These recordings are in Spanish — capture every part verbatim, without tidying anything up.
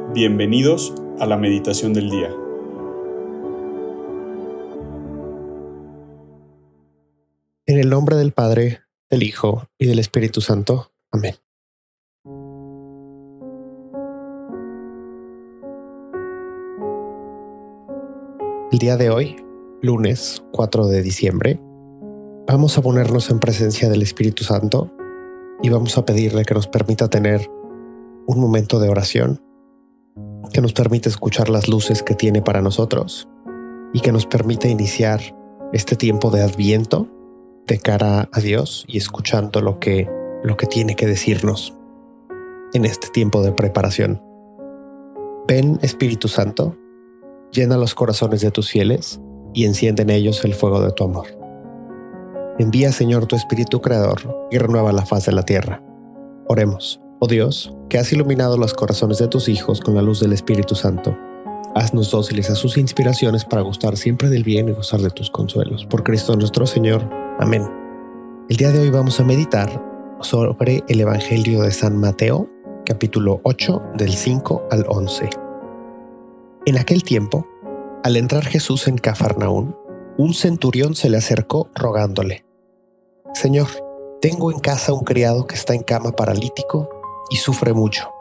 Bienvenidos a la meditación del día. En el nombre del Padre, del Hijo y del Espíritu Santo. Amén. El día de hoy, lunes cuatro de diciembre, vamos a ponernos en presencia del Espíritu Santo y vamos a pedirle que nos permita tener un momento de oración, que nos permita escuchar las luces que tiene para nosotros y que nos permita iniciar este tiempo de Adviento de cara a Dios y escuchando lo que, lo que tiene que decirnos en este tiempo de preparación. Ven, Espíritu Santo, llena los corazones de tus fieles y enciende en ellos el fuego de tu amor. Envía, Señor, tu Espíritu Creador y renueva la faz de la tierra. Oremos. Oh Dios, que has iluminado los corazones de tus hijos con la luz del Espíritu Santo, haznos dóciles a sus inspiraciones para gustar siempre del bien y gozar de tus consuelos. Por Cristo nuestro Señor. Amén. El día de hoy vamos a meditar sobre el Evangelio de San Mateo, capítulo ocho, del cinco al once. En aquel tiempo, al entrar Jesús en Cafarnaún, un centurión se le acercó rogándole: Señor, tengo en casa un criado que está en cama paralítico y sufre mucho.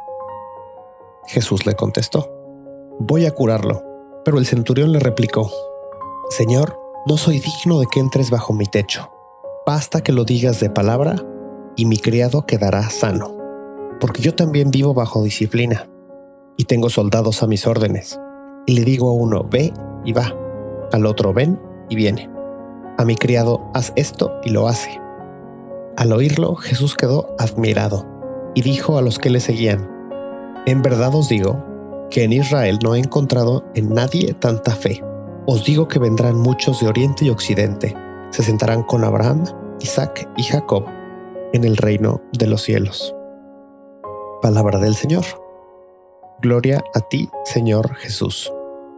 Jesús le contestó: Voy a curarlo. Pero el centurión le replicó: Señor, no soy digno de que entres bajo mi techo. Basta que lo digas de palabra y mi criado quedará sano. Porque yo también vivo bajo disciplina y tengo soldados a mis órdenes. Y le digo a uno, ve y va. Al otro, ven y viene. A mi criado, haz esto y lo hace. Al oírlo, Jesús quedó admirado y dijo a los que le seguían: En verdad os digo que en Israel no he encontrado en nadie tanta fe. Os digo que vendrán muchos de oriente y occidente, se sentarán con Abraham, Isaac y Jacob en el reino de los cielos. Palabra del Señor. Gloria a ti, Señor Jesús.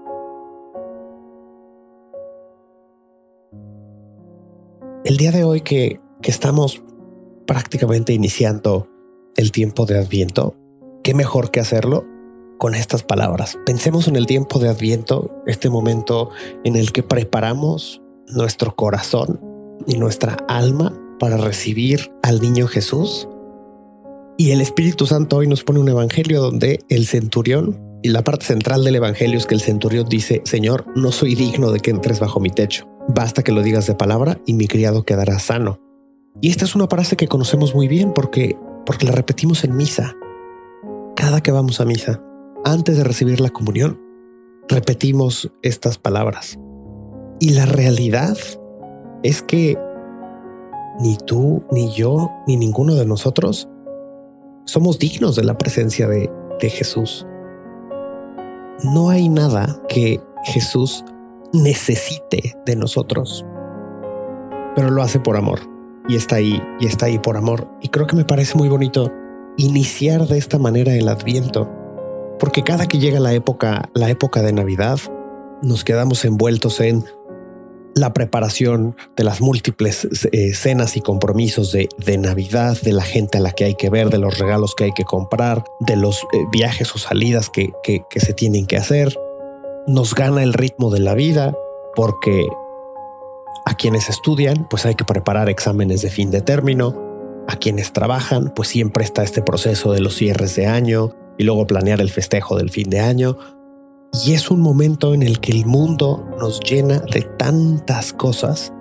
El día de hoy que, que estamos prácticamente iniciando el tiempo de Adviento, qué mejor que hacerlo con estas palabras. Pensemos en el tiempo de Adviento, este momento en el que preparamos nuestro corazón y nuestra alma para recibir al niño Jesús. Y el Espíritu Santo hoy nos pone un evangelio donde el centurión, y la parte central del evangelio es que el centurión dice: Señor, no soy digno de que entres bajo mi techo. Basta que lo digas de palabra y mi criado quedará sano. Y esta es una frase que conocemos muy bien porque, porque la repetimos en misa. Cada que vamos a misa, antes de recibir la comunión, repetimos estas palabras. Y la realidad es que ni tú, ni yo, ni ninguno de nosotros somos dignos de la presencia de, de Jesús. No hay nada que Jesús necesite de nosotros, pero lo hace por amor y está ahí, y está ahí por amor. Y creo que me parece muy bonito iniciar de esta manera el Adviento, porque cada que llega la época, la época de Navidad, nos quedamos envueltos en la preparación de las múltiples eh, cenas y compromisos de, de Navidad, de la gente a la que hay que ver, de los regalos que hay que comprar, de los eh, viajes o salidas que, que, que se tienen que hacer. Nos gana el ritmo de la vida porque a quienes estudian, pues hay que preparar exámenes de fin de término. A quienes trabajan, pues siempre está este proceso de los cierres de año y luego planear el festejo del fin de año. Y es un momento en el que el mundo nos llena de tantas cosas.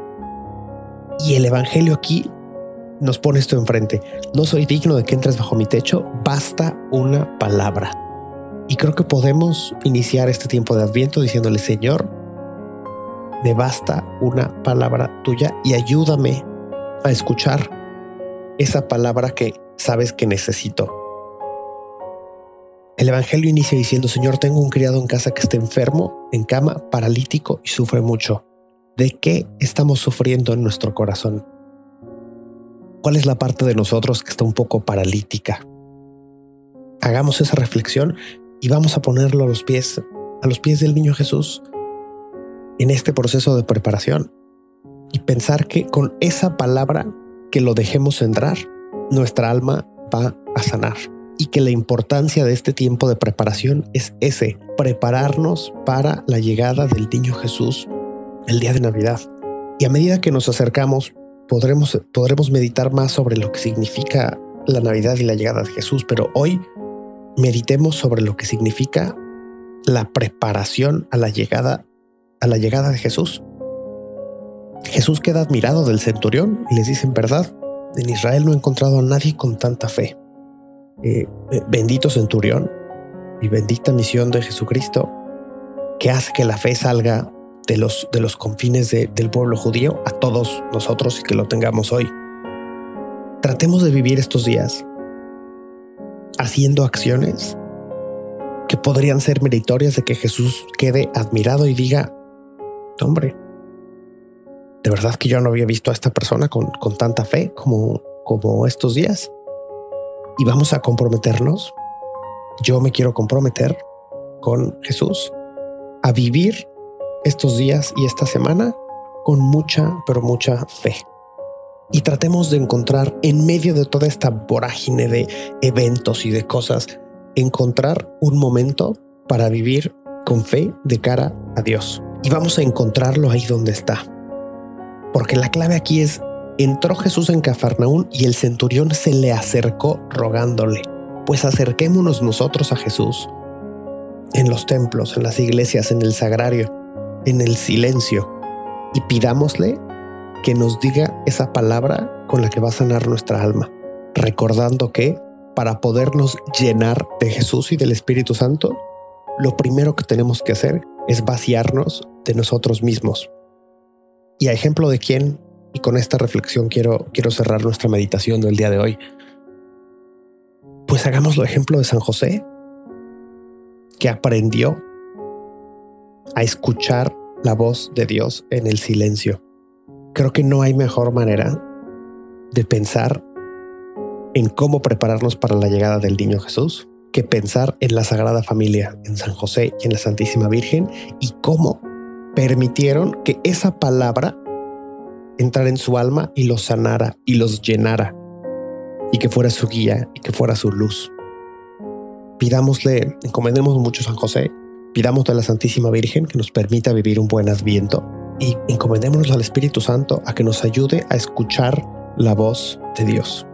Y el evangelio aquí nos pone esto enfrente. No soy digno de que entres bajo mi techo, basta una palabra. Y creo que podemos iniciar este tiempo de Adviento diciéndole: Señor, me basta una palabra tuya y ayúdame a escuchar esa palabra que sabes que necesito. El evangelio inicia diciendo: Señor, tengo un criado en casa que está enfermo, en cama, paralítico y sufre mucho. ¿De qué estamos sufriendo en nuestro corazón? ¿Cuál es la parte de nosotros que está un poco paralítica? Hagamos esa reflexión y vamos a ponerlo a los pies, a los pies del niño Jesús en este proceso de preparación y pensar que con esa palabra que lo dejemos entrar, nuestra alma va a sanar. y que la importancia de este tiempo de preparación es ese, prepararnos para la llegada del niño Jesús el día de Navidad. Y a medida que nos acercamos, podremos, podremos meditar más sobre lo que significa la Navidad y la llegada de Jesús, pero hoy meditemos sobre lo que significa la preparación a la llegada, a la llegada de Jesús. Jesús queda admirado del centurión y les dice: en verdad, en Israel no he encontrado a nadie con tanta fe. Eh, bendito centurión y bendita misión de Jesucristo, que hace que la fe salga de los, de los confines de, del pueblo judío a todos nosotros y que lo tengamos hoy. Tratemos de vivir estos días haciendo acciones que podrían ser meritorias de que Jesús quede admirado y diga: hombre, de verdad que yo no había visto a esta persona con, con tanta fe como, como estos días. Y vamos a comprometernos. Yo me quiero comprometer con Jesús a vivir estos días y esta semana con mucha, pero mucha fe. Y tratemos de encontrar en medio de toda esta vorágine de eventos y de cosas, encontrar un momento para vivir con fe de cara a Dios. Y vamos a encontrarlo ahí donde está. Porque la clave aquí es: entró Jesús en Cafarnaún y el centurión se le acercó rogándole. Pues acerquémonos nosotros a Jesús en los templos, en las iglesias, en el sagrario, en el silencio, y pidámosle que nos diga esa palabra con la que va a sanar nuestra alma, recordando que para podernos llenar de Jesús y del Espíritu Santo, lo primero que tenemos que hacer es vaciarnos de nosotros mismos. Y a ejemplo de quién, y con esta reflexión quiero, quiero cerrar nuestra meditación del día de hoy, pues hagámoslo a ejemplo de San José, que aprendió a escuchar la voz de Dios en el silencio. Creo que no hay mejor manera de pensar en cómo prepararnos para la llegada del niño Jesús que pensar en la Sagrada Familia, en San José y en la Santísima Virgen, y cómo permitieron que esa palabra entrara en su alma y los sanara y los llenara, y que fuera su guía y que fuera su luz. Pidámosle, encomendemos mucho a San José, pidamos a la Santísima Virgen que nos permita vivir un buen Adviento, y encomendémonos al Espíritu Santo a que nos ayude a escuchar la voz de Dios.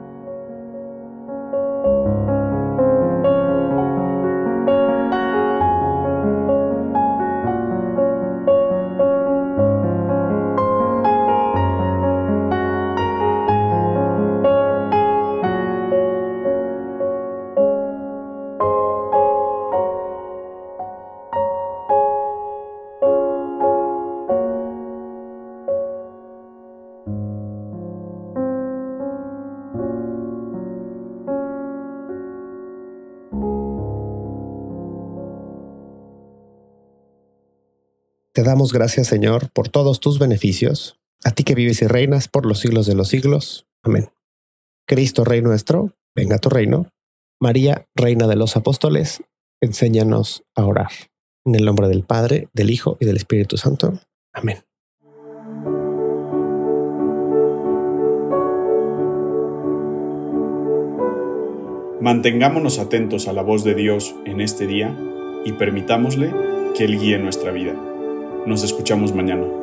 Te damos gracias, Señor, por todos tus beneficios, a ti que vives y reinas por los siglos de los siglos. Amén. Cristo, Rey nuestro, venga a tu reino. María, Reina de los Apóstoles, enséñanos a orar. En el nombre del Padre, del Hijo y del Espíritu Santo. Amén. Mantengámonos atentos a la voz de Dios en este día y permitámosle que Él guíe nuestra vida. Nos escuchamos mañana.